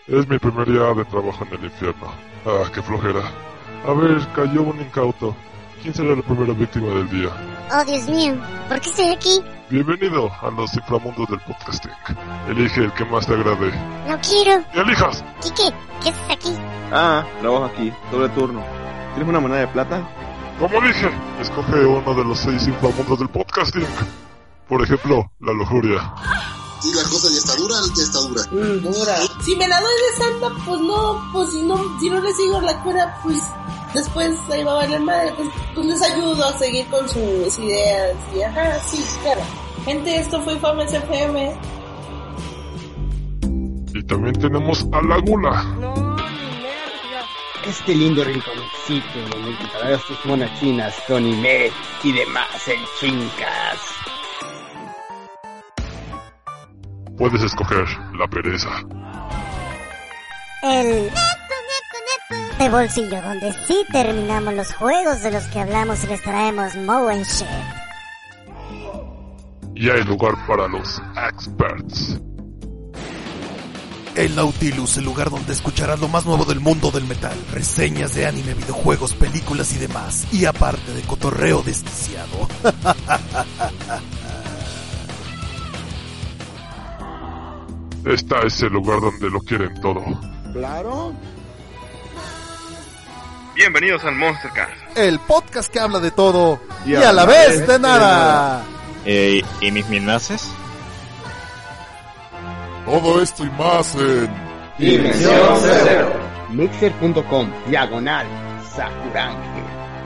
Es mi primer día de trabajo en el infierno. Ah, qué flojera. A ver, cayó un incauto. ¿Quién será la primera víctima del día? Oh, Dios mío, ¿por qué estoy aquí? Bienvenido a los inframundos del podcasting. Elige el que más te agrade. No quiero. ¡Y elijas! Quique, ¿qué haces aquí? Trabajo aquí, doble turno. ¿Tienes una moneda de plata? Como dije, escoge uno de los 6 inframundos del podcasting. Por ejemplo, la lujuria. Si la cosa ya está dura, ya está dura. Dura. Si me la doy de santa, pues no, pues si no le sigo la cura, pues después ahí va a valer madre, pues les ayudo a seguir con sus ideas y ajá, sí, claro. Gente, esto fue Infames FM. Y también tenemos a la gula. No, Este lindo rinconcito en el que para sus monachinas, Tony Met y demás en chincas. Puedes escoger la pereza. El de bolsillo, donde sí terminamos los juegos de los que hablamos y les traemos Mo and Shit. Y hay lugar para los experts. El Nautilus, el lugar donde escucharás lo más nuevo del mundo del metal, reseñas de anime, videojuegos, películas y demás, y aparte de cotorreo desquiciado. Este es el lugar donde lo quieren todo. Claro. Bienvenidos al Monstercast. El podcast que habla de todo y a la vez de nada. ¿Y mis minaces? Todo esto y más en Dimensión Cero. Mixer.com/Sakurange.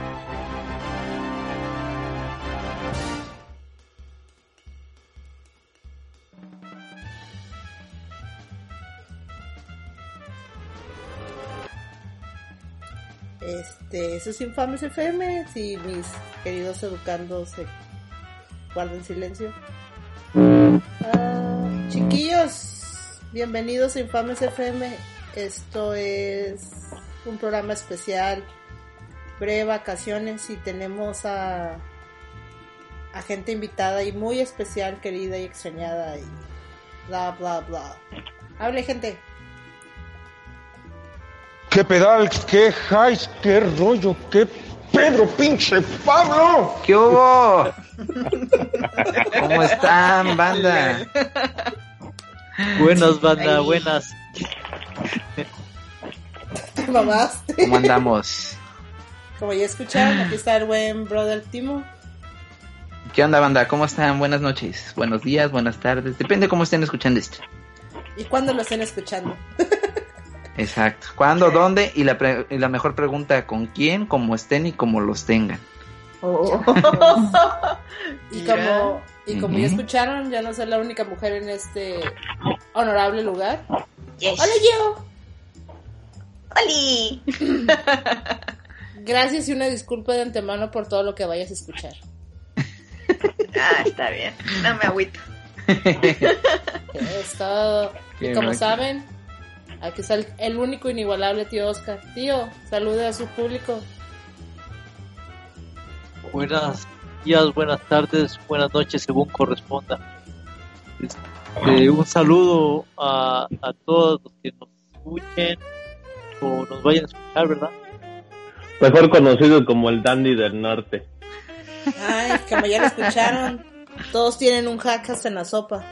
eso es Infames FM. Si mis queridos educandos se guarden silencio. Chiquillos, bienvenidos a Infames FM. Esto es un programa especial, pre-vacaciones, y tenemos a gente invitada y muy especial, querida y extrañada y bla bla bla. Hable, gente. ¿Qué pedal? ¿Qué highs? ¿Qué rollo? ¿Qué Pedro, pinche Pablo? ¿Qué hubo? ¿Cómo están, banda? Buenas, banda, buenas. ¿Te mamaste? ¿Cómo andamos? Como ya escucharon, aquí está el buen brother Timo. ¿Qué onda, banda? ¿Cómo están? Buenas noches, buenos días, buenas tardes. Depende de cómo estén escuchando esto. ¿Y cuándo lo estén escuchando? Exacto. ¿Cuándo? ¿Dónde? Y la mejor pregunta, ¿con quién? ¿Cómo estén y cómo los tengan? Y como ya escucharon, ya no soy la única mujer en este honorable lugar. Yes. ¡Hola, yo! ¡Holi! Gracias y una disculpa de antemano por todo lo que vayas a escuchar. Está bien, no me agüito. Es todo. Y como saben, aquí está el único inigualable tío Oscar. Tío, salude a su público. Buenos días, buenas tardes, buenas noches, según corresponda. Un saludo a todos los que nos escuchen o nos vayan a escuchar, ¿verdad? Mejor conocido como el Dandy del Norte. Ay, como ya lo escucharon, todos tienen un hack hasta en la sopa.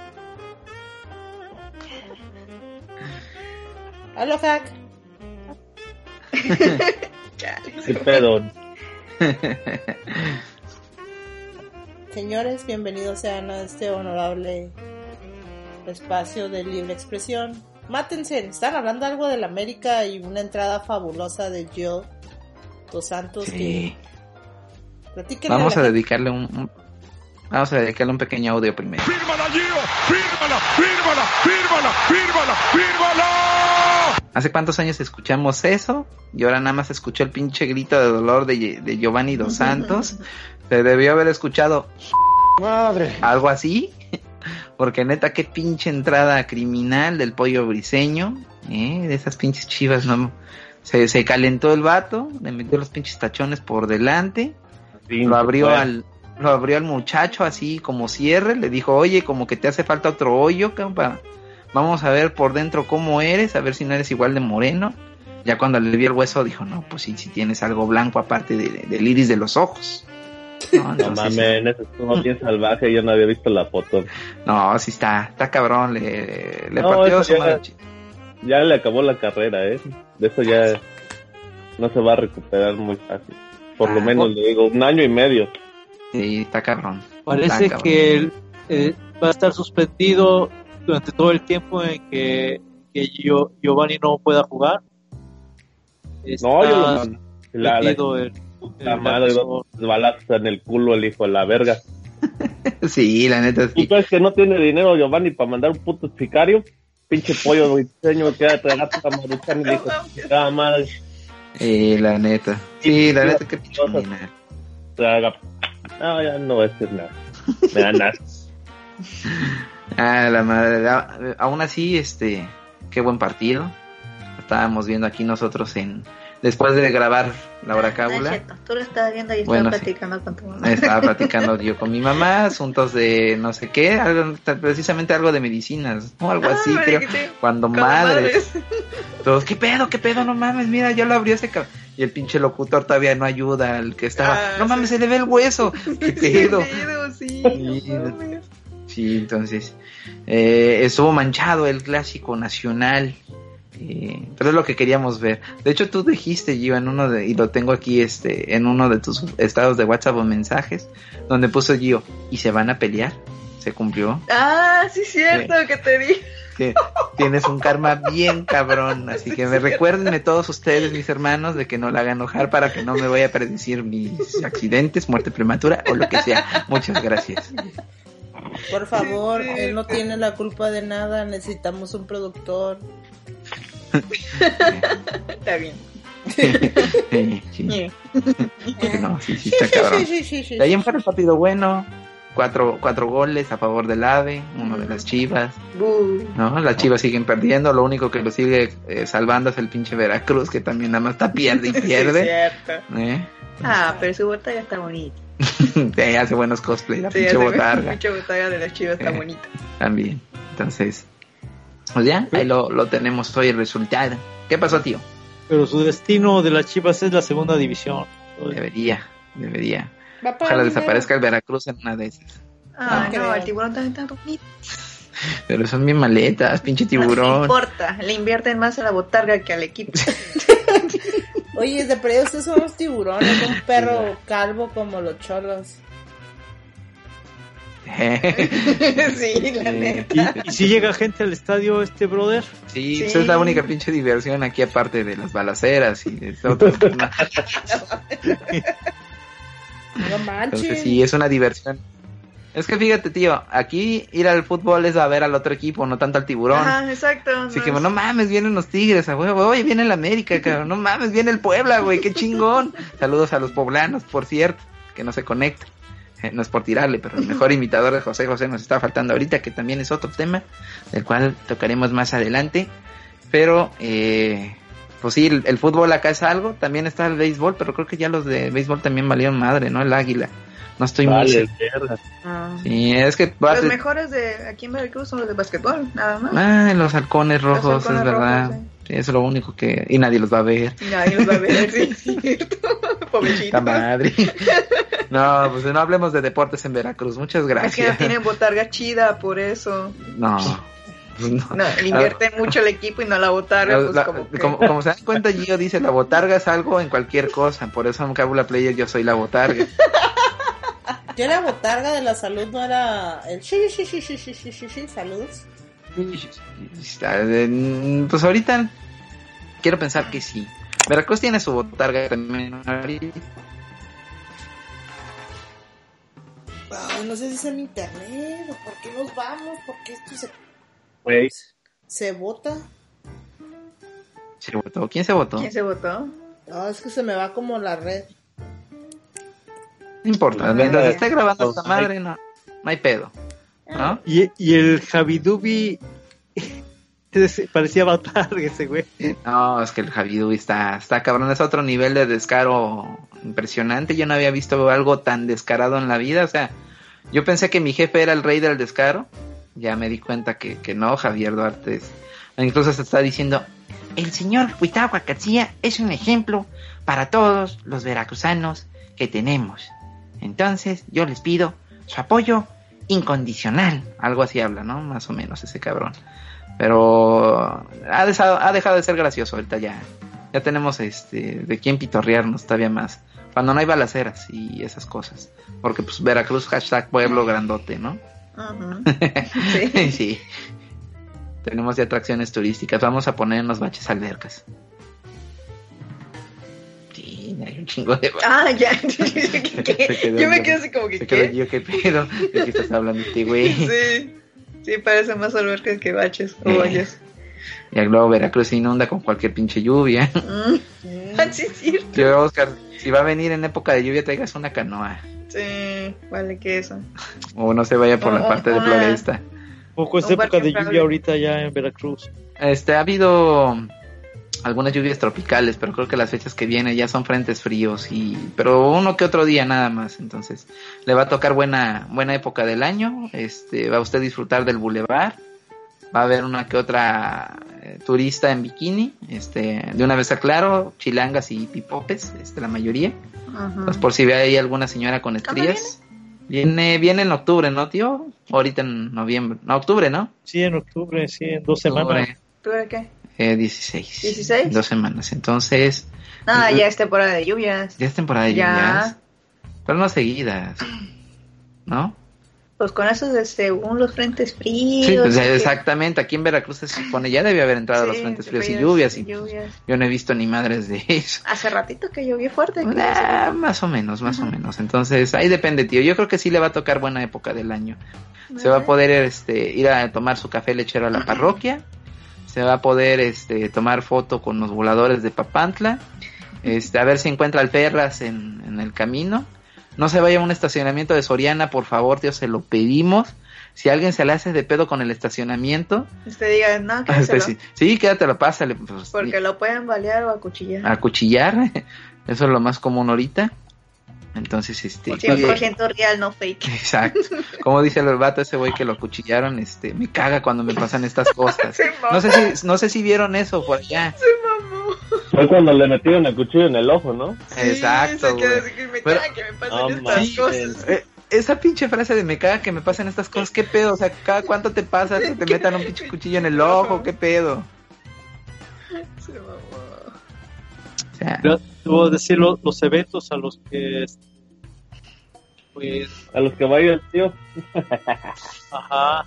¡Hola, hack! ¿Qué pedo? Señores, bienvenidos sean a este honorable espacio de libre expresión. Mátense, están hablando algo de la América y una entrada fabulosa de Jill Dos Santos. Sí. Platíquenle. Vamos a dedicarle un pequeño audio primero. ¡Fírmala, Gio! ¡Fírmala! ¡Fírmala! ¡Fírmala! ¡Fírmala! ¡Fírmala! ¿Hace cuántos años escuchamos eso? Y ahora nada más escuchó el pinche grito de dolor de Giovanni Dos Santos. Se debió haber escuchado Madre. algo así. Porque neta, qué pinche entrada criminal del Pollo Briseño. De esas pinches chivas, ¿no? Se calentó el vato, le metió los pinches tachones por delante. Sí, lo abrió al muchacho así como cierre. Le dijo, oye, como que te hace falta otro hoyo para vamos a ver por dentro cómo eres, a ver si no eres igual de moreno. Ya cuando le vi el hueso dijo, no, pues sí tienes algo blanco aparte del iris de los ojos. No mames, ese estuvo bien salvaje, yo no había visto la foto. No, sí está cabrón, le partió su madre. Ya le acabó la carrera, de eso ya no se va a recuperar muy fácil. Por lo menos le digo, 1 año y medio. Sí, está cabrón. Parece que va a estar suspendido durante todo el tiempo en que Giovanni no pueda jugar. No, yo lo mando. La madre, dos balazos en el culo el hijo de la verga. Sí, la neta sí. ¿Y crees que no tiene dinero Giovanni para mandar un puto sicario? Pinche pollo briseño que va a tragar a Maruchan y le dijo, madre. La neta. Sí, la neta que pinche mina. No, ya no voy a decir nada. Me da nada. La madre. Aún así, qué buen partido. Estábamos viendo aquí nosotros después de grabar la hora cábula. Tú lo estabas viendo y estaba platicando con tu mamá. Estaba platicando yo con mi mamá, asuntos de no sé qué, precisamente algo de medicinas, o algo así, creo. Cuando madres. Todos, ¿qué pedo? No mames, mira, ya lo abrió ese cabrón. Y el pinche locutor todavía no ayuda al que estaba. No mames, se le ve el hueso. ¿Qué pedo? Sí, entonces estuvo manchado el clásico nacional. Pero es lo que queríamos ver. De hecho, tú dijiste, Gio, y lo tengo aquí en uno de tus estados de WhatsApp o mensajes, donde puso Gio, ¿y se van a pelear? ¿Se cumplió? Sí, cierto, que te di. Que tienes un karma bien cabrón, así que recuérdenme todos ustedes, mis hermanos, de que no la hagan enojar para que no me vaya a predecir mis accidentes, muerte prematura o lo que sea. Muchas gracias. Por favor, él no tiene la culpa de nada, necesitamos un productor. Está bien. Sí. No, sí, está cabrón. De ahí en fuera el partido bueno, 4 goles a favor del AVE, 1 de las Chivas. No, las Chivas siguen perdiendo, lo único que lo sigue salvando es el pinche Veracruz, que también nada más está pierde y pierde. Sí, pero su botarga está bonita. Hace buenos cosplay, la pinche botarga. La pinche botarga de las Chivas está bonita. También, entonces, pues ya, ahí lo tenemos hoy el resultado. ¿Qué pasó, tío? Pero su destino de las Chivas es la segunda división. Debería. Ojalá desaparezca el Veracruz en una de esas. No, el tiburón también está bonito. Pero son bien maletas, pinche tiburón. No importa, le invierten más a la botarga que al equipo. Oye, de perdido ustedes son los tiburones, un perro calvo como los cholos. Sí, la neta. ¿Y si llega gente al estadio, brother? Sí, esa es la única pinche diversión aquí, aparte de las balaceras y de otras. No manches. Entonces sí, es una diversión. Es que fíjate, tío, aquí ir al fútbol es a ver al otro equipo, no tanto al tiburón. Ajá, exacto. Así que, no mames, vienen los Tigres, a huevo, oye, viene el América, cabrón, no mames, viene el Puebla, güey, qué chingón. Saludos a los poblanos, por cierto, que no se conectan. No es por tirarle, pero el mejor imitador de José nos está faltando ahorita, que también es otro tema, del cual tocaremos más adelante. Pero, pues sí, el fútbol acá es algo, también está el béisbol, pero creo que ya los de béisbol también valieron madre, ¿no? El Águila. No estoy muy seguro. Sí, es que los mejores de aquí en Veracruz son los de basquetbol, nada más. Los halcones rojos, es verdad. Rojos, sí, eso es lo único que... Y nadie los va a ver. Sí, es cierto. Pobrecito. La madre. No, pues no hablemos de deportes en Veracruz. Muchas gracias. Es que no tienen botarga chida, por eso. No, le invierten mucho el equipo y no la botarga. Pues como se dan cuenta, Gio dice, la botarga es algo en cualquier cosa. Por eso en Cábula Player yo soy la botarga. Yo la botarga de la salud no era el saludos. Pues ahorita quiero pensar que sí. Veracruz tiene su botarga también. No sé si es en internet o por qué nos vamos, porque esto se vota. ¿Se votó? ¿Quién se votó? No, es que se me va como la red. No importa, mientras esté grabando esta madre, no hay pedo, ¿no? Y el Javidubi parecía botarga ese güey. No, es que el Javidubi está cabrón, es otro nivel de descaro impresionante. Yo no había visto algo tan descarado en la vida, o sea, yo pensé que mi jefe era el rey del descaro, Ya me di cuenta que no, Javier Duarte. Incluso se está diciendo, el señor Cuitláhuac García es un ejemplo para todos los veracruzanos que tenemos. Entonces, yo les pido su apoyo incondicional. Algo así habla, ¿no? Más o menos ese cabrón. Pero ha dejado de ser gracioso ahorita ya. Ya tenemos de quién pitorrearnos todavía más. Cuando no hay balaceras y esas cosas. Porque pues Veracruz, #pueblo grandote, ¿no? Uh-huh. Sí. Sí. Tenemos ya atracciones turísticas. Vamos a poner en los baches albercas. Sí, hay un chingo de baches. Ah, ya. Yo me quedé así como que, ¿qué? Yo, ¿qué pedo? ¿De qué estás hablando este güey? Sí, parece más albercas que baches o baños. Y luego Veracruz se inunda con cualquier pinche lluvia. Sí, es cierto. Yo, Oscar, si va a venir en época de lluvia, traigas una canoa. Sí, vale que eso. O no se vaya por la parte de Floresta. Poco es época de lluvia ahorita ya en Veracruz. Ha habido algunas lluvias tropicales, pero creo que las fechas que vienen ya son frentes fríos, pero uno que otro día nada más. Entonces le va a tocar buena época del año. Va a usted disfrutar del bulevar. Va a haber una que otra turista en bikini. De una vez aclaro, chilangas y pipopes, la mayoría. Uh-huh. Pues por si ve ahí alguna señora con estrías. Viene en octubre, ¿no, tío? Ahorita en noviembre. No, octubre, ¿no? Sí, en octubre, sí, en 2 semanas. ¿Octubre qué? 16. ¿16? 2 semanas, entonces... Ya es temporada de lluvias. Ya es temporada de lluvias. Pero no seguidas, ¿no? Pues con eso según los frentes fríos. Sí, pues exactamente. Aquí en Veracruz se supone ya debe haber entrado los frentes fríos y lluvias. Yo no he visto ni madres de eso. Hace ratito que llovió fuerte. Más o menos. Entonces, ahí depende, tío. Yo creo que sí le va a tocar buena época del año. Se va a poder ir a tomar su café lechero a la parroquia. Se va a poder tomar foto con los voladores de Papantla. A ver si encuentra alperras en el camino. No se vaya a un estacionamiento de Soriana, por favor, tío, se lo pedimos. Si a alguien se le hace de pedo con el estacionamiento... Usted diga, no, quédatelo. Sí, quédatelo, pásale. Pues, porque lo pueden balear o acuchillar. Acuchillar, eso es lo más común ahorita. Entonces, 100% real, no fake. Exacto. Como dice el vato ese güey que lo acuchillaron, me caga cuando me pasan estas cosas. No sé si vieron eso por allá. Se mamó. Fue cuando le metieron el cuchillo en el ojo, ¿no? Sí, exacto, güey. Me caga que me pasen estas cosas. Esa pinche frase de me caga que me pasen estas cosas, ¿qué pedo? O sea, ¿cada cuánto te pasa que te metan un pinche cuchillo en el ojo? ¿Qué pedo? Se mamó. O sea, debo decir los eventos a los que pues a los que vaya el tío. Ajá.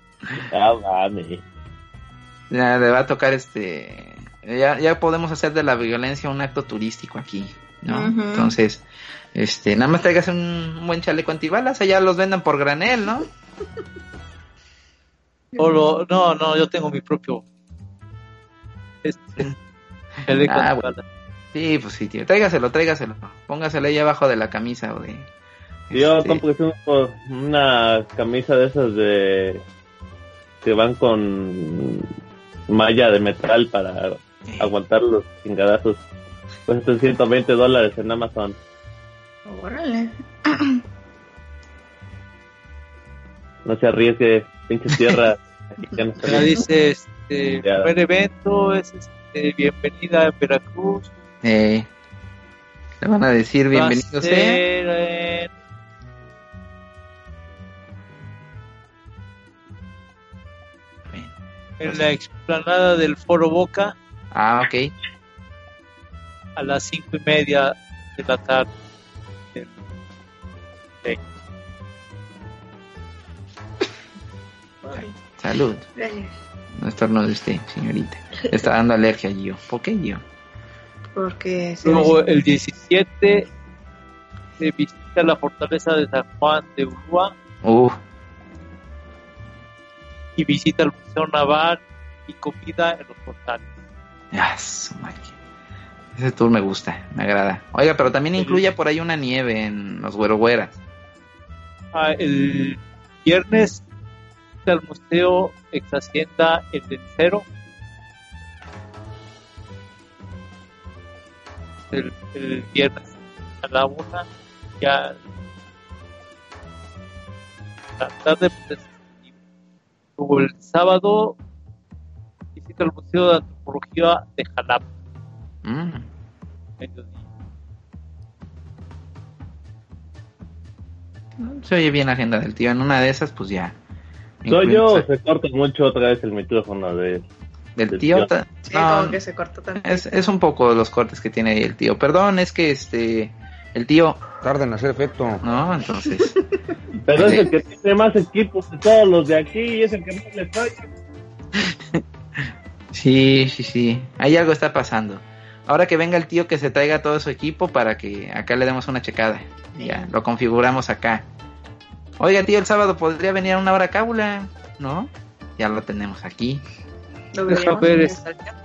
Vale. Ya le va a tocar ya podemos hacer de la violencia un acto turístico aquí, ¿no? Uh-huh. Entonces, nada más traigas un buen chaleco antibalas, allá los vendan por granel, ¿no? No, yo tengo mi propio chaleco antibalas. Sí, pues sí, tío. Tráigaselo. Póngaselo ahí abajo de la camisa o de... Yo compré una camisa de esas que van con malla de metal para aguantar los chingadazos. Cuestan $120 en Amazon. Órale. No se arriesgue, pinche tierra. Ya dice, el primer evento es bienvenida a Veracruz. Le van a decir bienvenidos en la explanada del Foro Boca. Ah, ok. A las 5:30 de la tarde. Sí. Salud. Gracias. No estornude usted, señorita. Le está dando alergia a Gio. ¿Por qué, Gio? Porque luego el 17 se visita la fortaleza de San Juan de Ulúa. Y visita el Museo Naval y comida en los portales. Su madre. Ese tour me gusta, me agrada. Oiga, pero también incluye por ahí una nieve en los Güeros. El viernes al Museo Ex Hacienda El Lencero. El viernes a la 1 ya la tarde pues, luego el sábado visita el Museo de Antropología de Jalapa. Mediodía. Se oye bien la agenda del tío. En una de esas, pues ya. Soy yo, se corta mucho otra vez el micrófono del tío. Sí, como que se corta tanto. Es un poco los cortes que tiene ahí el tío. Perdón, es que el tío tarda en hacer efecto. No, entonces. Pero es el que tiene más equipos que todos los de aquí y es el que más le falla. Sí. Ahí algo está pasando. Ahora que venga el tío, que se traiga todo su equipo para que acá le demos una checada. Ya, lo configuramos acá. Oiga, tío, el sábado podría venir a una hora cábula, ¿no? Ya lo tenemos aquí. Deja ver el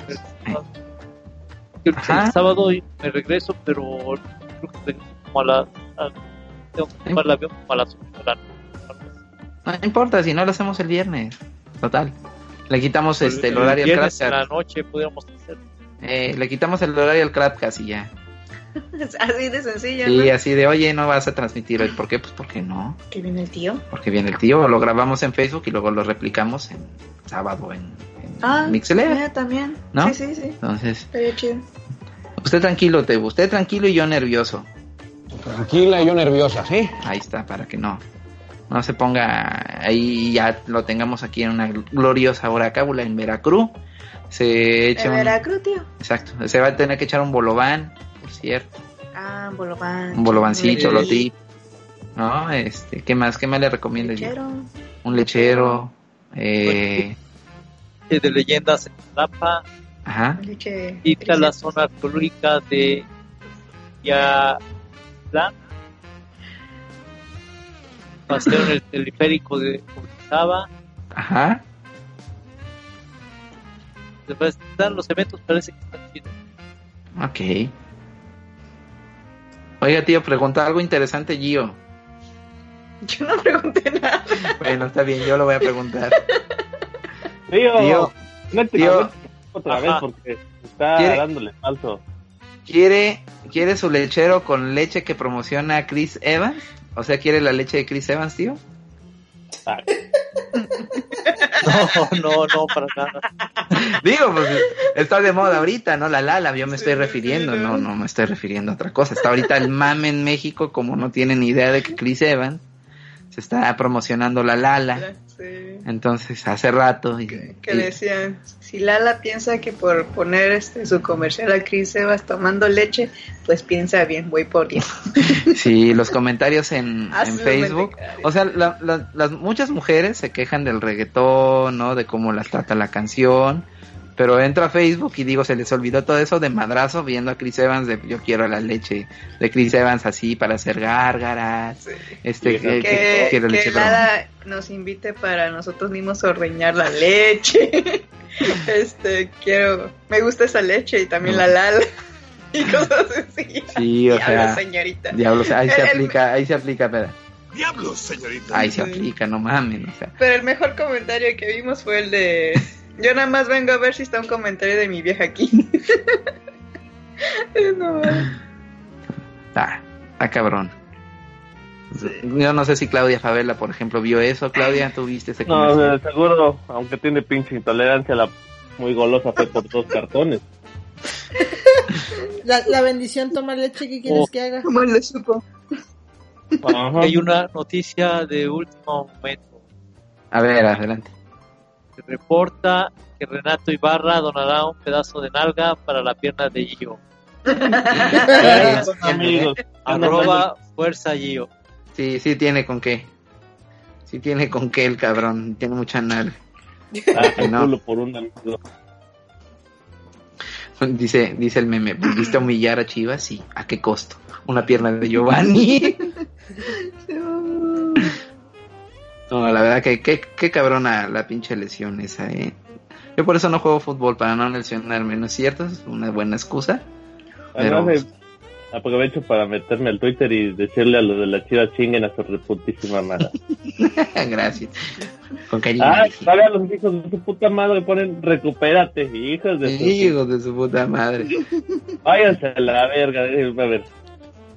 sábado me regreso, pero creo que tengo como tengo que tomar el avión como a las 8 de la noche. No importa, si no lo hacemos el viernes. Total. Le quitamos el horario al viernes Crapcast. En la noche podríamos hacer. Le quitamos el horario al Crapcast y ya. Así de sencillo, Sí, ¿no? así de, oye, no vas a transmitir hoy. ¿Por qué? Pues porque no. ¿Que viene el tío? Porque viene el tío, lo grabamos en Facebook y luego lo replicamos en sábado en Mixler. También. ¿No? Sí. Entonces, Estaría chido. usted tranquilo, Tebo, usted tranquilo y yo nervioso. Tranquila y yo nerviosa, ¿sí? Ahí está, para que no se ponga ahí, ya lo tengamos aquí en una gloriosa hora cábula en Veracruz. Se echa Veracruz, tío. Exacto, se va a tener que echar un bolobán, por cierto. Un bolobán. Un bolovancito, lotí. ¿No? ¿Qué más le recomiendo yo? Un lechero. De leyendas en Jalapa. Ajá. Visita la zona arqueológica de Yatlán. Paseo en el teleférico de Orizaba. Ajá. Después están los eventos, parece que están chidos. Ok. Oiga, tío, pregunta algo interesante, Gio. Yo no pregunté nada. Bueno, está bien, yo lo voy a preguntar. Tío, otra vez Ajá. porque está dándole falso. ¿Quiere su lechero con leche que promociona Chris Evans? O sea, ¿quiere la leche de Chris Evans, tío? No, para nada. Digo, pues está de moda ahorita, ¿no? La Lala, yo me estoy refiriendo, no me estoy refiriendo a otra cosa. Está ahorita el mame en México, como no tienen ni idea de que Chris Evans se está promocionando la Lala. Sí. Entonces, hace rato. Que decían, si Lala piensa que por poner su comercial a Chris Evans tomando leche, pues piensa bien, voy por 10. Sí, los comentarios en Hazlo Facebook. O sea, las muchas mujeres se quejan del reggaetón, ¿no? De cómo las trata la canción. Pero entro a Facebook y digo, se les olvidó todo eso de madrazo viendo a Chris Evans de yo quiero la leche de Chris Evans así para hacer gárgaras. Sí. Que Lala nos invite para nosotros mismos ordeñar la leche. Me gusta esa leche y también la Lala. Y cosas así. Sí, o sea, señorita. Diablos, ahí se aplica, espera. Diablos, señorita. Ahí se aplica, no mames, o sea. Pero el mejor comentario que vimos fue el de... Yo nada más vengo a ver si está un comentario de mi vieja aquí. No. Cabrón. Sí. Yo no sé si Claudia Favela, por ejemplo, vio eso. Claudia, ¿tú viste ese comentario? No, seguro, aunque tiene pinche intolerancia, la muy golosa fue por 2 cartones. La bendición toma leche, ¿qué quieres que haga? ¿Cómo le supo? Hay una noticia de último momento. A ver, adelante. Se reporta que Renato Ibarra donará un pedazo de nalga para la pierna de Gio. Amigos, ¡Fuerza Gio! Sí tiene con qué. Sí tiene con qué el cabrón. Tiene mucha nalga. No. Por un amigo. Dice el meme, ¿volviste a humillar a Chivas? Sí. ¿A qué costo? Una pierna de Giovanni. No, la verdad que qué cabrona la pinche lesión esa, Yo por eso no juego fútbol, para no lesionarme, ¿no es cierto? Es una buena excusa. Pero... aprovecho para meterme al Twitter y decirle a los de la Chivas chinguen a su reputísima madre. Gracias. Con cariño. Todavía los hijos de su puta madre ponen recupérate, hijos de su puta madre. Váyanse a la verga, a ver.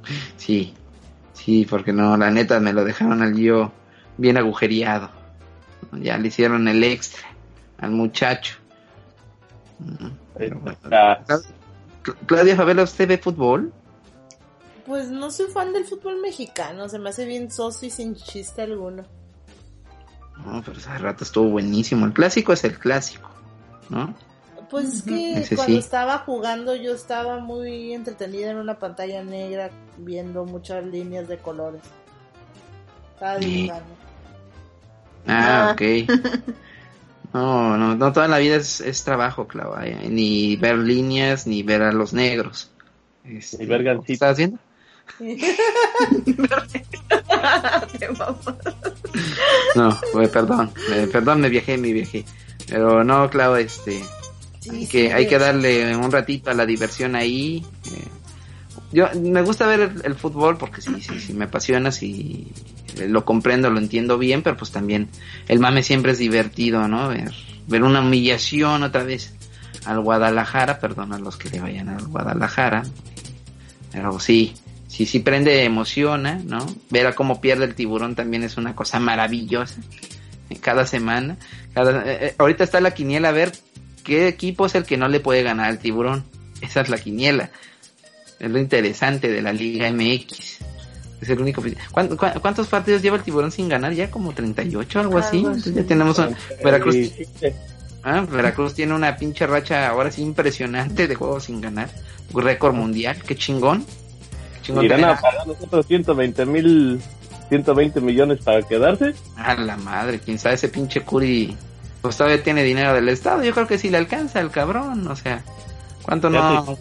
Sí, porque no, la neta me lo dejaron al Gio bien agujereado. Ya le hicieron el extra al muchacho. Pero bueno. Claudia Favela, ¿usted ve fútbol? Pues no soy fan del fútbol mexicano, se me hace bien soso y sin chiste alguno. No, pero hace rato estuvo buenísimo. El clásico es el clásico, ¿no? Pues es que Ese cuando sí. estaba jugando yo estaba muy entretenida en una pantalla negra viendo muchas líneas de colores. Estaba dibujando. Ok. No, toda la vida es trabajo, Clau. Ni ver líneas, ni ver a los negros. Ni ver gancitos. ¿Qué estás haciendo? No, perdón, me viajé. Pero no, Clau, hay que darle un ratito a la diversión ahí. Yo me gusta ver el fútbol porque sí me apasiona, sí lo comprendo, lo entiendo bien, pero pues también el mame siempre es divertido, ¿no? Ver una humillación otra vez al Guadalajara, perdón a los que le vayan al Guadalajara, pero sí prende, emociona, ¿no? Ver a cómo pierde el Tiburón también es una cosa maravillosa. Cada semana, ahorita está la quiniela a ver qué equipo es el que no le puede ganar al Tiburón. Esa es la quiniela. Es lo interesante de la Liga MX. Es el único. ¿Cuántos partidos lleva el Tiburón sin ganar? Ya como 38, algo así. Entonces ya tenemos Veracruz. Veracruz tiene una pinche racha ahora sí impresionante de juegos sin ganar. Un récord mundial, qué chingón. Y van a pagar nosotros 120 millones para quedarse. A la madre, quién sabe, ese pinche Curi pues todavía tiene dinero del Estado. Yo creo que sí le alcanza al cabrón, o sea, ¿cuánto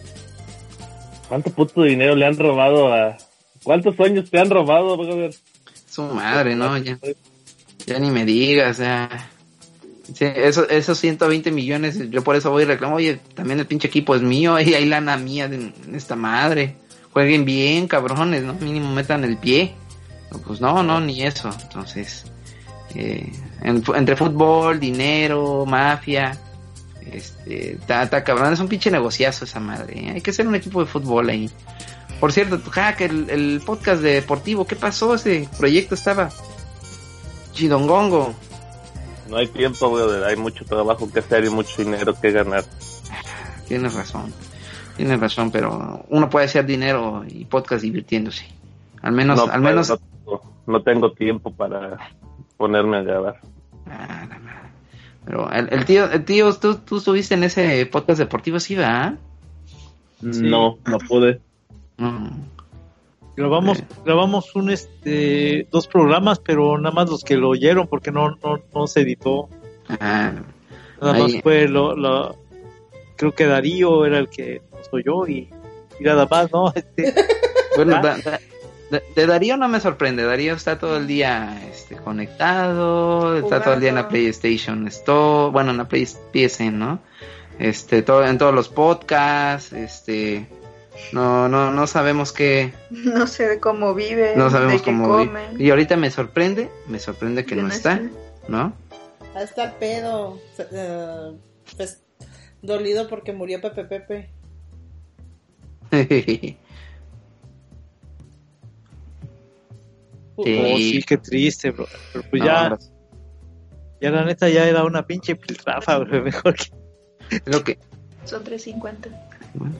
puto dinero le han robado a... ¿Cuántos sueños te han robado, brother? Su madre, ¿no? Ya ni me digas, o sea... Sí, esos 120 millones, yo por eso voy y reclamo, oye, también el pinche equipo es mío, y hay lana mía en esta madre. Jueguen bien, cabrones, ¿no? Mínimo metan el pie. Pues no, ni eso. Entonces, entre fútbol, dinero, mafia, está cabrón, es un pinche negociazo esa madre, ¿eh? Hay que ser un equipo de fútbol ahí. Por cierto, Hack, el podcast deportivo, ¿qué pasó? Ese proyecto estaba chidongongo. No hay tiempo, brother, hay mucho trabajo que hacer y mucho dinero que ganar. Tienes razón, pero uno puede hacer dinero y podcast divirtiéndose. Al menos no tengo tiempo para ponerme a grabar. Pero el tío, ¿tú estuviste en ese podcast deportivo, sí, va? Sí. No pude. Grabamos 2 programas, pero nada más los que lo oyeron porque no se editó. Nada más fue creo que Darío era el que nos oyó y nada más, ¿no? Bueno, de Darío no me sorprende. Darío está todo el día conectado, está todo el día en la PlayStation Store, bueno, en la PSN, ¿no? En todos los podcasts, no sabemos qué. No sé cómo vive, no sabemos de qué cómo come. Y ahorita me sorprende que no está, ¿no? Hasta el pedo, pues, dolido porque murió Pepe. Sí, qué triste, bro. Pero pues ya la neta ya era una pinche piltrafa, bro. Mejor que... Lo que... Son 3.50. Bueno.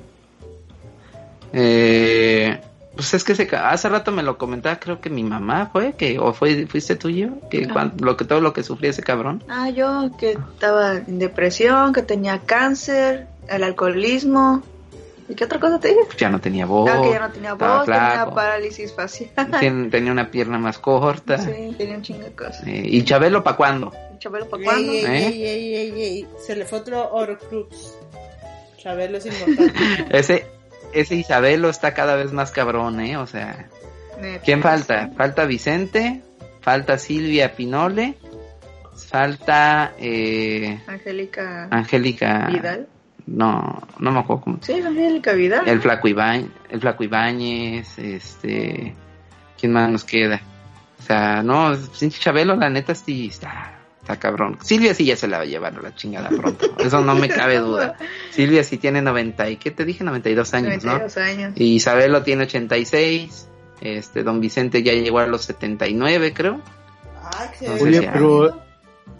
Pues es que hace rato me lo comentaba, creo que mi mamá fuiste tú y yo, todo lo que sufría ese cabrón. Yo que estaba en depresión, que tenía cáncer, el alcoholismo. ¿Y qué otra cosa te dije? Ya no tenía voz. Que ya no tenía voz, tenía parálisis facial. Tenía una pierna más corta. Sí, tenía un chingo de cosas. ¿Y Chabelo para cuándo? ¿Chabelo para cuándo? Ey. Se le fue otro Horcrux. Chabelo es inmortal. Ese Isabelo está cada vez más cabrón, o sea... ¿Quién falta? Falta Vicente, falta Silvia Pinole, falta... Angélica... ¿Vidal? No me acuerdo cómo... Sí, Angélica Vidal. El Flaco Ibáñez, ¿quién más nos queda? O sea, no, Chabelo la neta sí está cabrón. Silvia sí ya se la va a llevar a la chingada pronto, eso no me cabe duda. Silvia sí tiene 92 años, 92 ¿no? años. Y Isabelo tiene 86, don Vicente ya llegó a los 79, creo. Oye, pero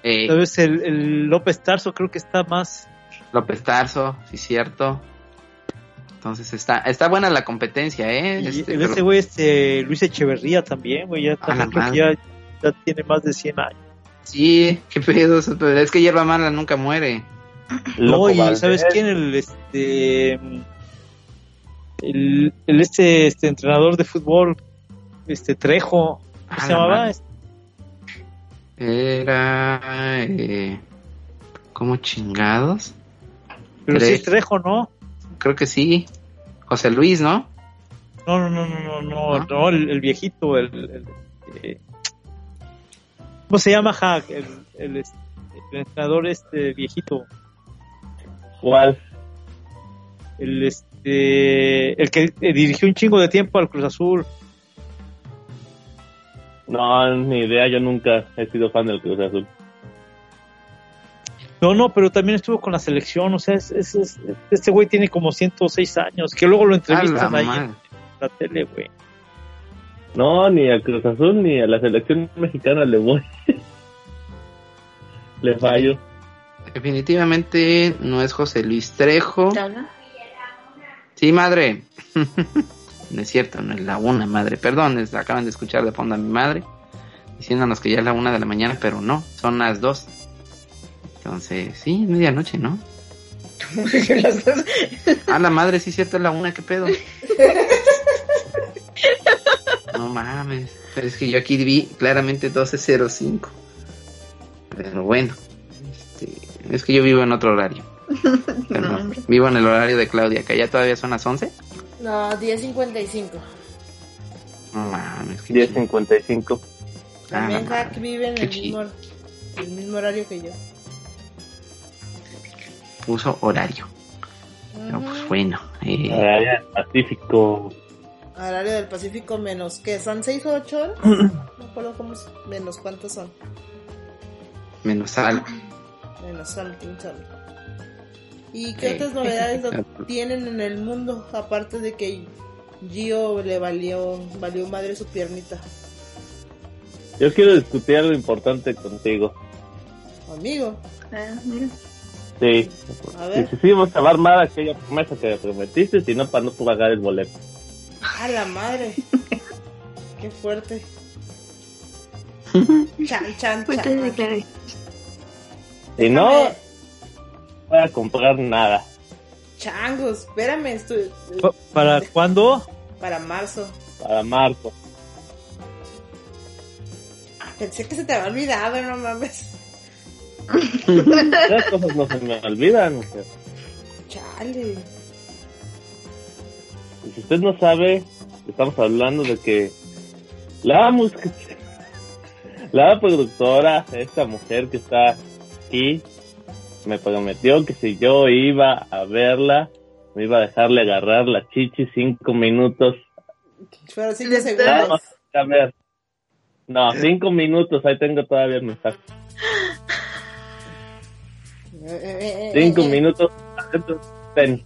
¿Sabes? El López Tarso creo que está más. López Tarso, sí, cierto. Entonces está buena la competencia, Y ese güey, Luis Echeverría también, güey, ya también creo que ya tiene más de 100 años. Sí, qué pedo, es que hierba mala nunca muere. No, y ¿sabes quién? El entrenador de fútbol, Trejo, ¿cómo se llamaba? Era ¿cómo chingados? Pero sí es Trejo, ¿no? Creo que sí. José Luis, ¿no? No, el viejito, ¿cómo se llama, Hack? El entrenador viejito. ¿Cuál? El que dirigió un chingo de tiempo al Cruz Azul. No, ni idea, yo nunca he sido fan del Cruz Azul. No, pero también estuvo con la selección, o sea, este güey tiene como 106 años, que luego lo entrevistan ahí en la tele, güey. No, ni al Cruz Azul ni a la selección mexicana le voy. Le fallo. Definitivamente no es José Luis Trejo. Sí, madre. No es cierto, no es la 1, madre. Perdón, acaban de escuchar de fondo a mi madre diciéndonos que ya es la 1 de la mañana, pero no, son las 2. Entonces, sí, medianoche, ¿no? La madre, sí, cierto, es la 1, ¿qué pedo? No mames, pero es que yo aquí vi claramente 12:05. Pero bueno, es que yo vivo en otro horario. Perdón, vivo en el horario de Claudia, que allá todavía son las 11. No, 10:55. No mames, 10:55. También Hack vive en el mismo horario que yo. Puso horario. Pero pues bueno. Horario del Pacífico. Horario del Pacífico menos, ¿qué? ¿Son 6 o 8 horas? No recuerdo cómo es. Menos, ¿cuántos son? Menos algo. Menos algo. ¿Y qué otras novedades tienen en el mundo? Aparte de que Gio le valió madre su piernita. Yo quiero discutir algo importante contigo. Amigo. Mira. Sí. A ver. Y si sí, vamos a armar aquella promesa que me prometiste, si no, para no pagar el boleto. ¡A la madre! ¡Qué fuerte! Chan. Si no, voy a comprar nada. Changos, espérame. ¿Para cuándo? Para marzo. Para marzo. Pensé que se te había olvidado, no mames. Esas cosas no se me olvidan. Chale. Y si usted no sabe, estamos hablando de que la productora, esta mujer que está aquí, me prometió que si yo iba a verla, me iba a dejarle agarrar la chichi 5 minutos. Pero 5 segundos. A ver. No, 5 minutos, ahí tengo todavía el mensaje. 5 minutos. Ten.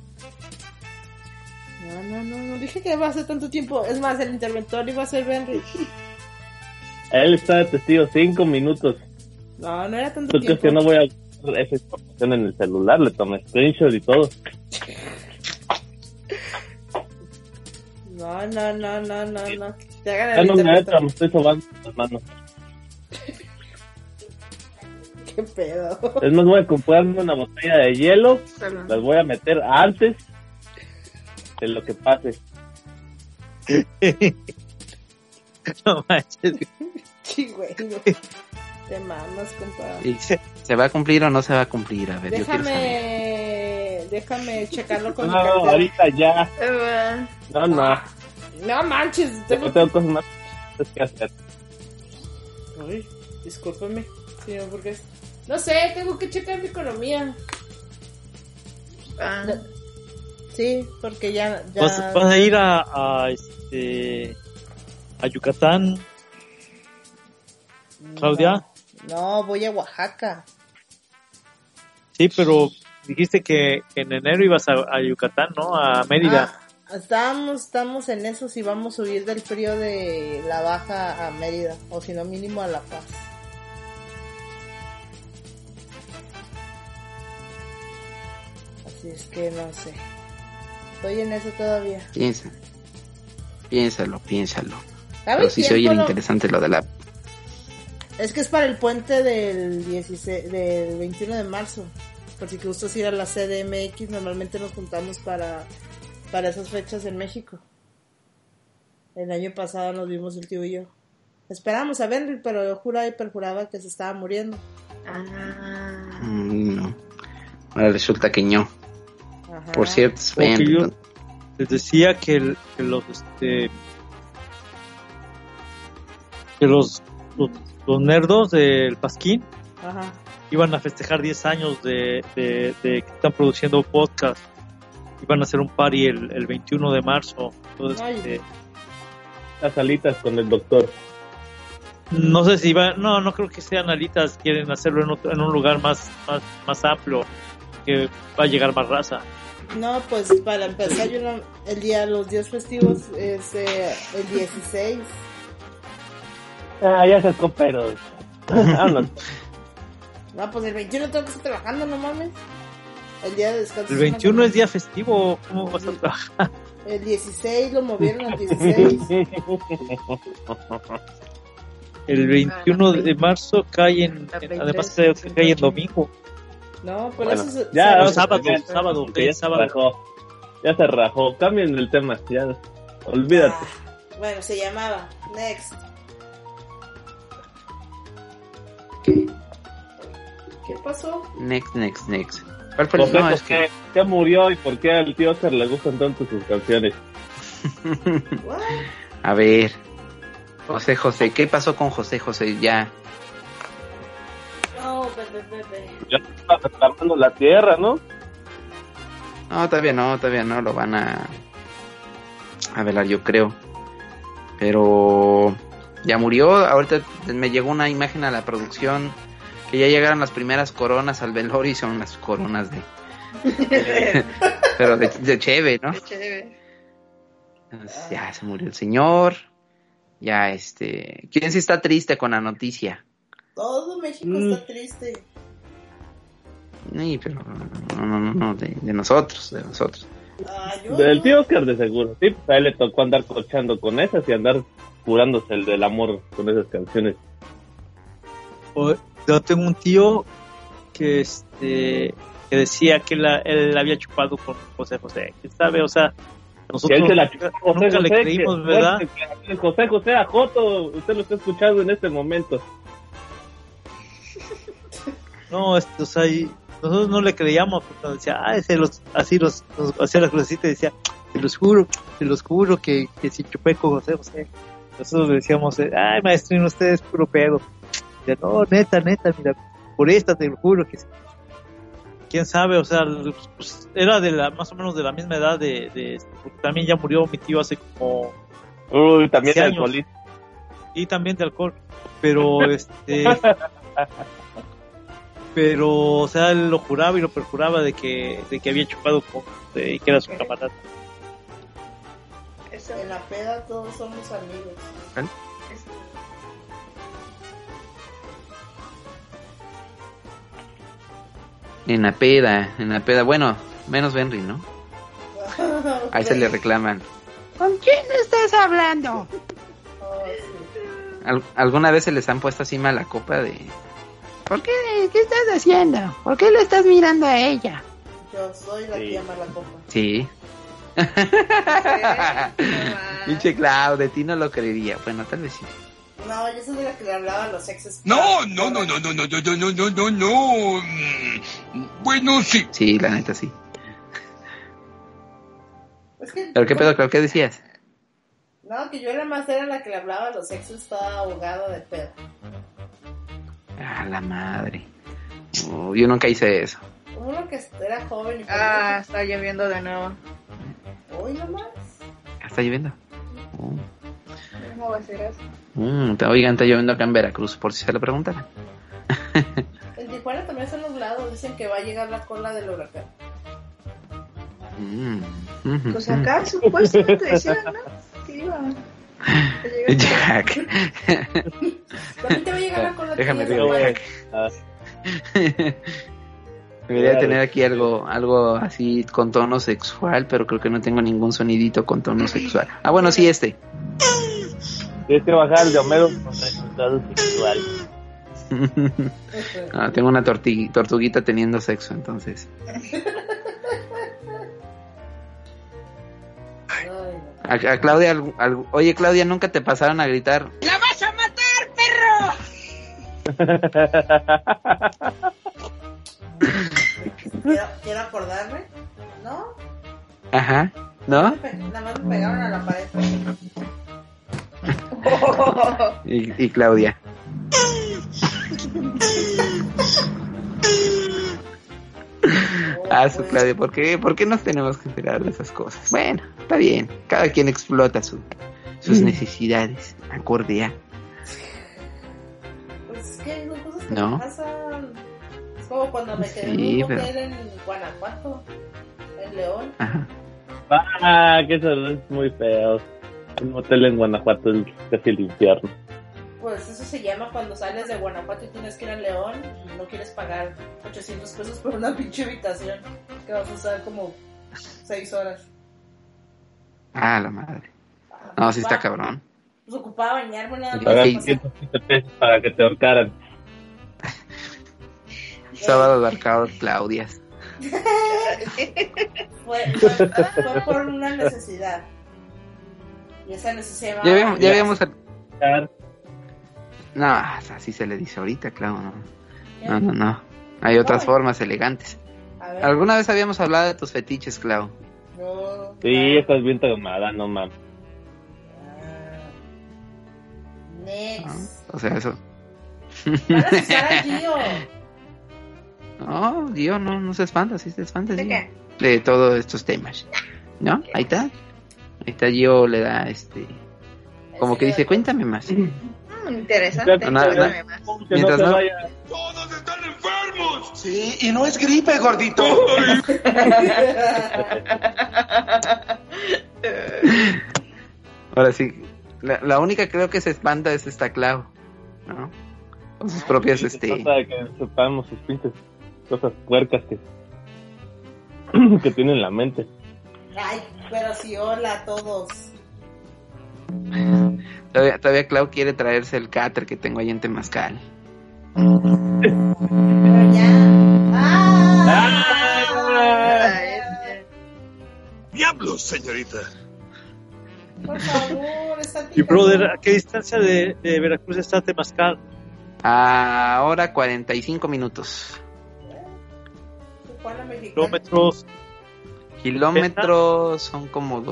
No, dije que va a ser tanto tiempo. Es más, el interventor iba a ser Benry. Él está de testigo 5 minutos. No era tanto tiempo. ¿Tú crees que no voy a ver esa información en el celular? Le tomé screenshot y todo. No. Te hagan ya no me estoy sobando las manos. ¿Qué pedo? Es más, voy a comprarme una botella de hielo. Las voy a meter antes de lo que pase. No manches. Sí, güey. Te mamas, compa. ¿Se va a cumplir o no se va a cumplir? A ver, déjame checarlo con mi cartera. No, ahorita ya. No. No manches. Tengo cosas más que hacer. Uy, discúlpame. Sí, porque no sé, tengo que checar mi economía. Sí, porque ya... ¿Vas a ir a Yucatán, Claudia? No, voy a Oaxaca. Sí, pero dijiste que en enero ibas a Yucatán, ¿no? A Mérida. Estamos en eso, si vamos a subir del frío de la Baja a Mérida, o si no mínimo a La Paz. Así es que no sé. Estoy en eso todavía. Piénsalo. Pero sí se oye interesante lo de la... Es que es para el puente del 21 de marzo. Por si gustas ir a la CDMX, normalmente nos juntamos para esas fechas en México. El año pasado nos vimos el tío y yo. Esperamos a Benry, pero yo juraba y perjuraba que se estaba muriendo. No. Ahora resulta que no. Ajá. Por cierto, yo les decía que los nerdos del Pasquín Ajá. iban a festejar 10 años de que están produciendo podcast. Iban a hacer un party el 21 de marzo. Entonces, las alitas con el doctor. No sé si no creo que sean alitas, quieren hacerlo en un lugar más amplio, que va a llegar más raza. No, pues para empezar, los días festivos es el 16. Ya se coperos. Vámonos. No, pues el 21 tengo que estar trabajando, no mames. El día de descanso. El 21 es día festivo, ¿cómo vas a trabajar? El 16 lo movieron al 16. El 21 de marzo cae además cae en domingo. No, pero bueno, eso es sábado. Ya se rajó. Cambien el tema, ya. Olvídate. Bueno, se llamaba Next. ¿Qué pasó? Next. ¿Cuál fue el tema? ¿Qué murió y por qué al tío Oscar le gustan tanto sus canciones? A ver, José, ¿qué pasó con José? Ya. No, Pepe. Ya está reclamando la tierra, ¿no? No, todavía no, lo van a velar, yo creo. Pero ya murió. Ahorita me llegó una imagen a la producción que ya llegaron las primeras coronas al velorio y son las coronas de pero de cheve, ¿no? De cheve. Entonces, ya se murió el señor. Ya ¿quién sí está triste con la noticia? Todo México está triste. Sí, pero no, de nosotros. Del tío Oscar de seguro. Sí, pues a él le tocó andar cochando con esas y andar curándose el del amor con esas canciones. Yo tengo un tío que decía que él había chupado con José. ¿Quién sabe? O sea, nosotros nunca le creímos, ¿verdad? José Ajoto, usted lo está escuchando en este momento. No, o sea, nosotros no le creíamos porque nos decía, nos hacía la crucecita y decía, te los juro que si chupé con José. Nosotros le decíamos, maestro, usted es puro pedo. Ya, no, neta, mira, por esta te lo juro que quién sabe, o sea, pues, era más o menos de la misma edad también ya murió mi tío hace como también de alcohol. Y también de alcohol, pero pero, o sea, él lo juraba y lo perjuraba de que había chupado y que era su camarada. En la peda todos somos amigos. En la peda, bueno, menos Benry, ¿no? Ahí se le reclaman. ¿Con quién estás hablando? ¿Alguna vez se les han puesto así mala copa de... ¿Por qué? ¿Qué estás haciendo? ¿Por qué le estás mirando a ella? Yo soy la que llama la copa. Sí. Pinche Clau, de ti no lo creería. Bueno, tal vez sí. No, yo soy de la que le hablaba a los exes. No. Bueno, sí. Sí, la neta sí. Es que, ¿Pero qué pedo? ¿Qué decías? No, que yo era la que le hablaba a los exes, estaba ahogada de pedo. Ah, la madre. Yo nunca hice eso. Uno que era joven y está lloviendo de nuevo. Hoy nomás. ¿Está lloviendo? ¿Cómo va a ser eso? Oigan, está lloviendo acá en Veracruz, por si se lo preguntan. En Tijuana también está nublado, dicen que va a llegar la cola del huracán. Pues acá supuestamente decían, ¿no? Que iba. Jack. También te va a llegar la cola. Déjame de Jack. Debería tener aquí algo así con tono sexual, pero creo que no tengo ningún sonidito con tono sexual. Ah, bueno, sí, este. Tienes que bajar el de Homero con resultados sexuales. Tengo una tortuguita teniendo sexo, entonces. A Claudia, oye Claudia, ¿nunca te pasaron a gritar? ¡La vas a matar, perro! Quiero acordarme, ¿no? Ajá, ¿no? Nada más me pegaron a la pared. Y Claudia. Su Claudia, ¿por qué nos tenemos que enterar de esas cosas? Bueno, está bien, cada quien explota sus necesidades, acorde a. Pues es que hay cosas que ¿No? me pasan. Es como cuando me quedé en un hotel en Guanajuato, en León. Ajá. Que eso es muy feo. Un hotel en Guanajuato es casi el infierno. Pues eso se llama cuando sales de Guanajuato y tienes que ir a León y no quieres pagar 800 pesos por una pinche habitación que vas a usar como 6 horas. La madre. No, sí está cabrón. Pues ocupaba bañarme nada más. Pagar 107 pesos para que te ahorcaran. Sábado de ahorcado, Claudias. fue por una necesidad. Y esa necesidad ya habíamos... No, así se le dice ahorita, Clau. No. Hay otras formas elegantes. ¿Alguna vez habíamos hablado de tus fetiches, Clau? No. Sí, estás bien tomada, no mames. Next. O sea, eso. Van a usar a Gio. No, Gio no se espanta, sí se espanta. ¿De qué? De todos estos temas. ¿No? Ahí está Gio, le da como que dice, cuéntame más. Interesante. Mientras no... ¡Todos están enfermos! Sí, y no es gripe, gordito. Ahora sí, la única creo que se espanta es esta Clau, ¿no? Con sus propias, Se trata de que sepamos sus pinches cosas puercas que tienen en la mente. Ay, pero sí, hola a todos. Todavía Clau quiere traerse el cáter que tengo ahí en Temazcal. Pero ya. ¡Diablos, señorita! Por favor, está Y brother, ¿a qué distancia de Veracruz está Temazcal? Ahora 45 minutos. Kilómetros son como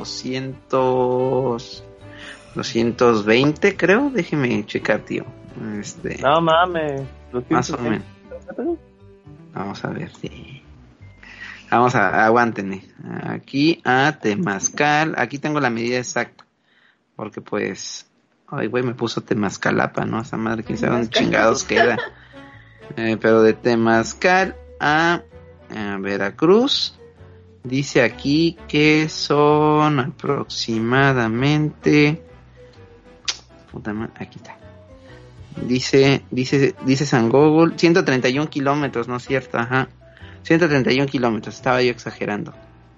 220, creo. Déjeme checar, tío. No mames. Más o menos. Vamos a ver, sí. Aguántenme. Aquí a Temazcal. Aquí tengo la medida exacta. Porque pues... Ay, güey, me puso Temazcalapa, ¿no? Esa madre, quién sabe dónde chingados queda. Pero de Temazcal a Veracruz... Dice aquí que son aproximadamente... Puta madre, aquí está. Dice San Google, 131 kilómetros, ¿no es cierto? Ajá. 131 kilómetros, estaba yo exagerando.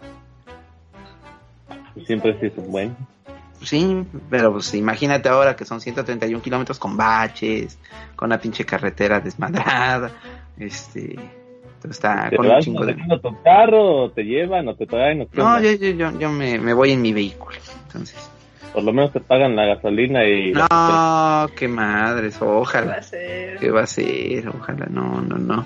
Siempre sí es bueno. Sí, pero pues imagínate ahora que son 131 kilómetros con baches, con una pinche carretera desmadrada, está ¿Te con un chingo de... tu carro, o te llevan, o te traen? No, yo me voy en mi vehículo, entonces... Por lo menos te pagan la gasolina y... No, qué madres, ojalá. ¿Qué va a ser? Ojalá, no.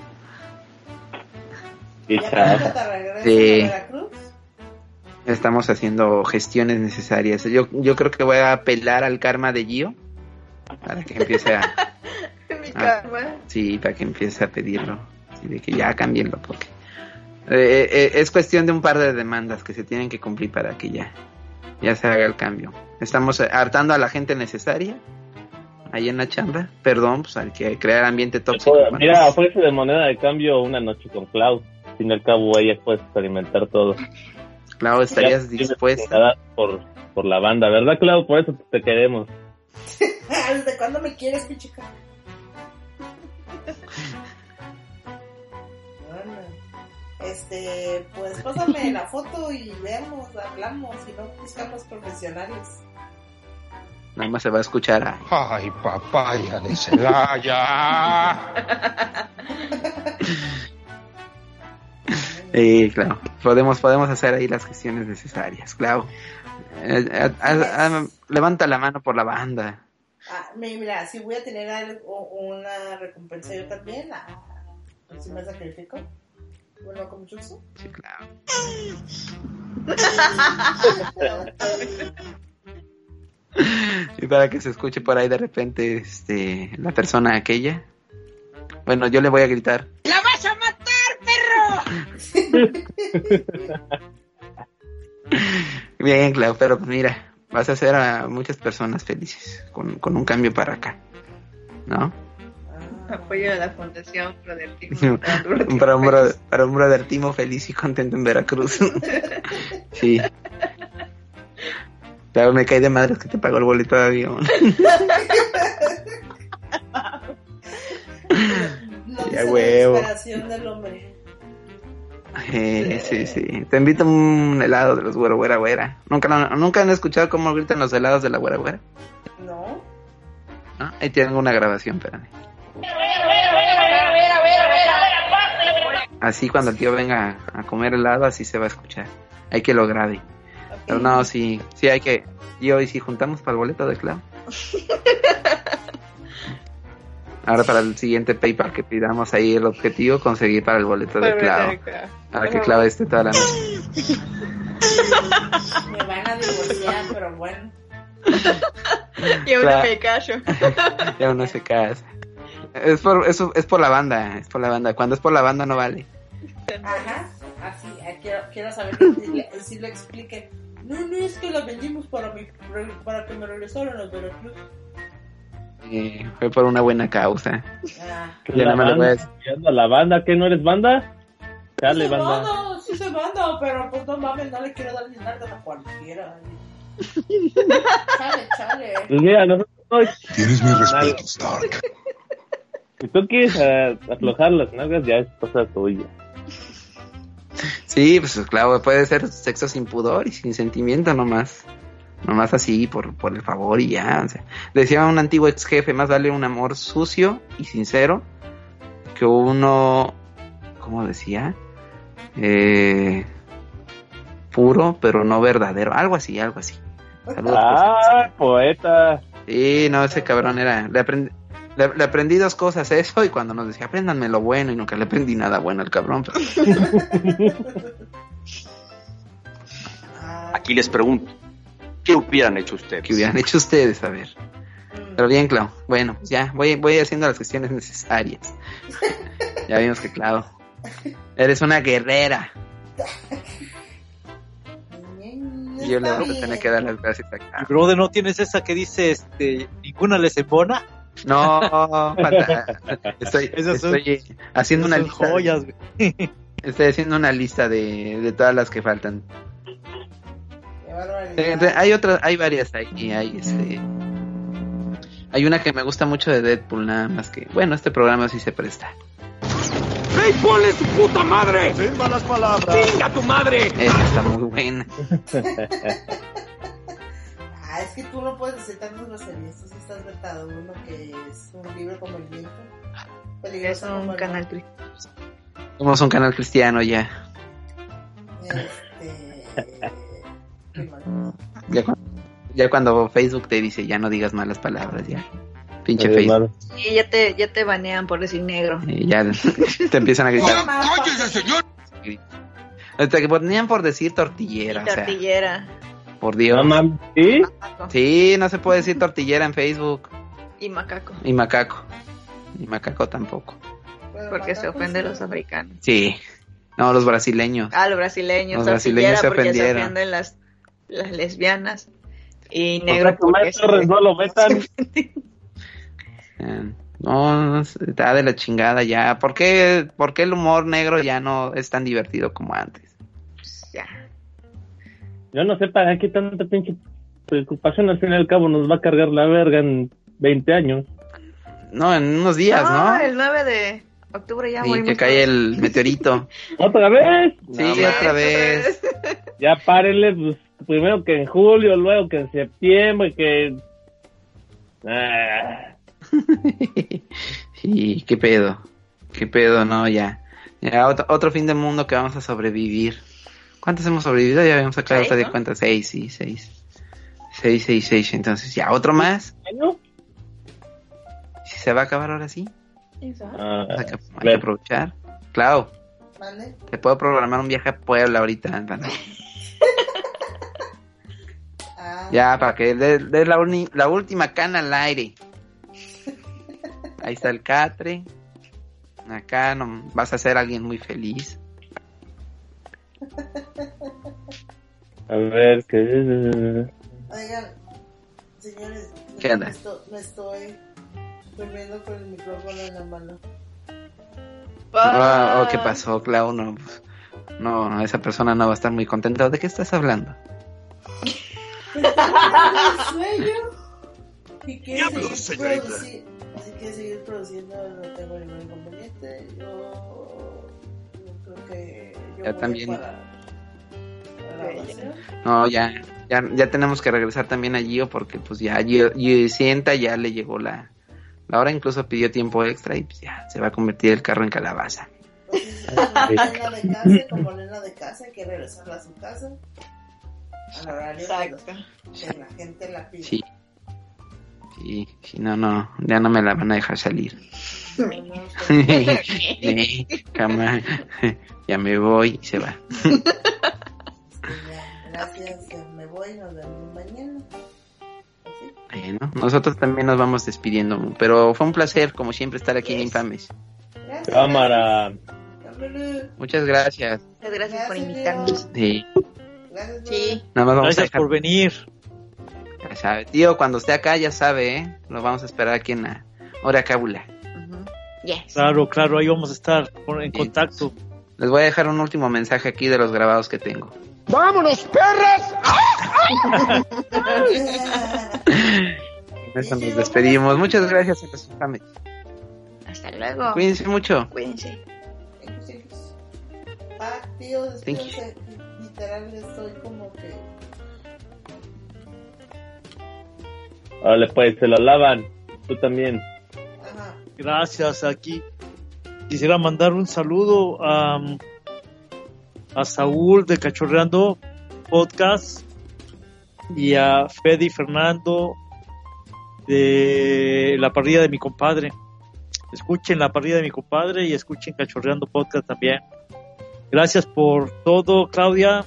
¿Ya cuándo te regresas a Veracruz? Estamos haciendo gestiones necesarias. Yo creo que voy a apelar al karma de Gio para que empiece a... Mi karma. Sí, para que empiece a pedirlo. Así de que ya cámbienlo, porque... es cuestión de un par de demandas que se tienen que cumplir para que ya se haga el cambio. Estamos hartando a la gente necesaria ahí en la chamba. Perdón, pues hay que crear ambiente tóxico. Mira, ofrece de moneda de cambio una noche con Clau. Al fin y al cabo ella puede experimentar todo. Clau, ¿estarías dispuesta? Por la banda, ¿verdad, Clau? Por eso te queremos. ¿Desde cuándo me quieres, pichica? Pues pásame la foto y veamos, hablamos, y no buscamos profesionales. Nada más se va a escuchar. Ay, papaya de Celaya. Claro. Podemos hacer ahí las gestiones necesarias, claro. Levanta la mano por la banda. Mira, si voy a tener una recompensa yo también, si me sacrifico, bueno, con mucho gusto. Sí, claro. Y para que se escuche por ahí de repente la persona aquella. Bueno, yo le voy a gritar: ¡La vas a matar, perro! Bien, claro, pero mira, vas a hacer a muchas personas felices con un cambio para acá, ¿no? Apoyo a la Fundación Brodertimo. para un Brodertimo feliz y contento en Veracruz. Sí. Claro, me cae de madres que te pagó el boleto de avión. Ya huevo. Desesperación del hombre. Sí. Te invito a un helado de los güera güera. ¿Nunca han escuchado cómo gritan los helados de la güera güera? No. ¿No? Ahí tengo una grabación, espérame. Así cuando el tío venga a comer helado, así se va a escuchar. Hay que lo grabe. Pero no, sí hay que. Y hoy sí juntamos para el boleto de Clau. Ahora para el siguiente PayPal que pidamos ahí el objetivo, conseguir para el boleto de Clau. Para que Clau esté toda la noche. Me van a divorciar, pero bueno. Y aún no me callo. Y aún no se casa. Es por la banda, Cuando es por la banda no vale. Ajá, así, quiero saber si lo expliquen. No, es que la vendimos para que me regresaran a Veracruz. Fue por una buena causa. La banda, ¿qué no eres banda? Dale, banda. Sí se banda, pero pues no mames, no le quiero dar ni nada a cualquiera. Chale. Pues mira, nosotros... Tienes mi respeto, Stark. Si tú quieres aflojar las nalgas, ya es cosa tuya. Sí, pues claro, puede ser sexo sin pudor y sin sentimiento nomás así, por el favor y ya. O sea, decía un antiguo ex jefe: más vale un amor sucio y sincero que uno, ¿cómo decía? Puro pero no verdadero, algo así. Saludos, poeta. Sí, no, ese cabrón era, le aprendí dos cosas, eso, y cuando nos decía apréndanme lo bueno, y nunca le aprendí nada bueno al cabrón. Pero... Aquí les pregunto, ¿qué hubieran hecho ustedes? ¿Qué hubieran hecho ustedes? A ver. Pero bien, Clau, bueno, ya, voy haciendo las gestiones necesarias. Ya vimos que, Clau, eres una guerrera. Y yo le voy a tener que dar las gracias a Clau. Brother, ¿no tienes esa que dice, ninguna les embona? No, estoy haciendo una lista. Joyas, Estoy haciendo una lista de todas las que faltan. Hay varias ahí. Hay una que me gusta mucho de Deadpool, nada más que, bueno, este programa sí se presta. ¡Deadpool es tu puta madre! ¡Sin malas palabras! ¡Chinga tu madre! Esta está muy buena. Es que tú no puedes decir tantas groserías, tú sí estás vetado. Uno que es un libro como el viento. Es un canal cristiano. Somos un canal cristiano ya. Ya cuando Facebook te dice ya no digas malas palabras, ya. Pinche Facebook. Y ya te banean por decir negro. Y ya te empiezan a gritar. ¡Cállese, señor! Hasta que ponían por decir tortillera. Tortillera. Por Dios. ¿Sí? Sí, no se puede decir tortillera en Facebook. Y macaco. Y macaco tampoco. Porque se ofende a los africanos. Sí. No, los brasileños. Los brasileños. Los brasileños se ofendieron. Se ofenden las lesbianas. Y negro porque no lo metan. No, está de la chingada ya. ¿Por qué el humor negro ya no es tan divertido como antes? Ya. Yo no sé para qué tanta pinche preocupación, al fin y al cabo nos va a cargar la verga en 20 años. No, en unos días, ¿no? El 9 de Octubre ya Sí, morimos que cae todos. el meteorito. ¿Otra vez? Sí, otra vez. Ya párenle, pues, primero que en julio, luego que en septiembre, que... Sí, qué pedo, no, ya otro fin del mundo que vamos a sobrevivir. ¿Cuántos hemos sobrevivido? Ya habíamos sacado hasta de cuenta, 6, sí, 6, entonces ya, otro más. Si se va a acabar ahora sí. Exacto. Hay que aprovechar. Clau, ¿Vale? te puedo programar un viaje a Puebla ahorita. Ya, para que des la última cana al aire. Ahí está el catre. Acá no, vas a ser alguien muy feliz. A ver, ¿qué? Oigan, señores, ¿Qué onda? me estoy durmiendo con el micrófono en la mano. ¿Qué pasó, Clau? No, esa persona no va a estar muy contenta. ¿De qué estás hablando? Sueño y Diablos, señorita. Así que seguir produciendo no tengo ningún inconveniente. Yo creo que Ya voy también. para la grabación. No, ya tenemos que regresar también a Gio porque pues ya Gio sienta, ya le llegó la hora, incluso pidió tiempo extra y pues ya se va a convertir el carro en calabaza. Como nena de casa, hay que regresar a su casa al horario que la gente la pide. Sí, no, ya no me la van a dejar salir. Cama, ya me voy y se va. Gracias, me voy, nos vemos mañana. Bueno, nosotros también nos vamos despidiendo, pero fue un placer, como siempre, estar aquí en Infames. Cámara. Muchas gracias. Muchas gracias por invitarnos. Sí. Sí. Nada más vamos Gracias por venir. Ya sabe, tío, cuando esté acá ya sabe, ¿eh? Lo vamos a esperar aquí en la hora cábula. Yes. Claro, ahí vamos a estar en contacto. Les voy a dejar un último mensaje aquí de los grabados que tengo. ¡Vámonos, perras! Con eso nos despedimos. Muchas gracias a los Infames. Hasta luego. Cuídense mucho. Cuídense. Tío, despídense. Literal, estoy como que... Órale, pues, se lo lavan. Tú también. Gracias, aquí quisiera mandar un saludo a Saúl de Cachorreando Podcast y a Fede y Fernando de la parrilla de mi compadre. Escuchen la parrilla de mi compadre y escuchen Cachorreando Podcast también. Gracias por todo, Claudia,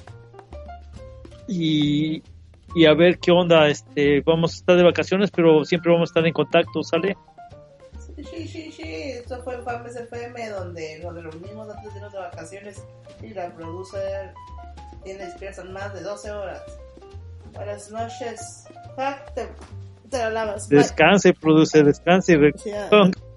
y a ver qué onda. Vamos a estar de vacaciones, pero siempre vamos a estar en contacto, ¿sale? Sí. Esto fue Infames FM, donde nos reunimos antes de irnos de vacaciones y la producer tiene despierta más de 12 horas. Buenas noches. Te la lavas. Descanse, producer, descanse. Sí,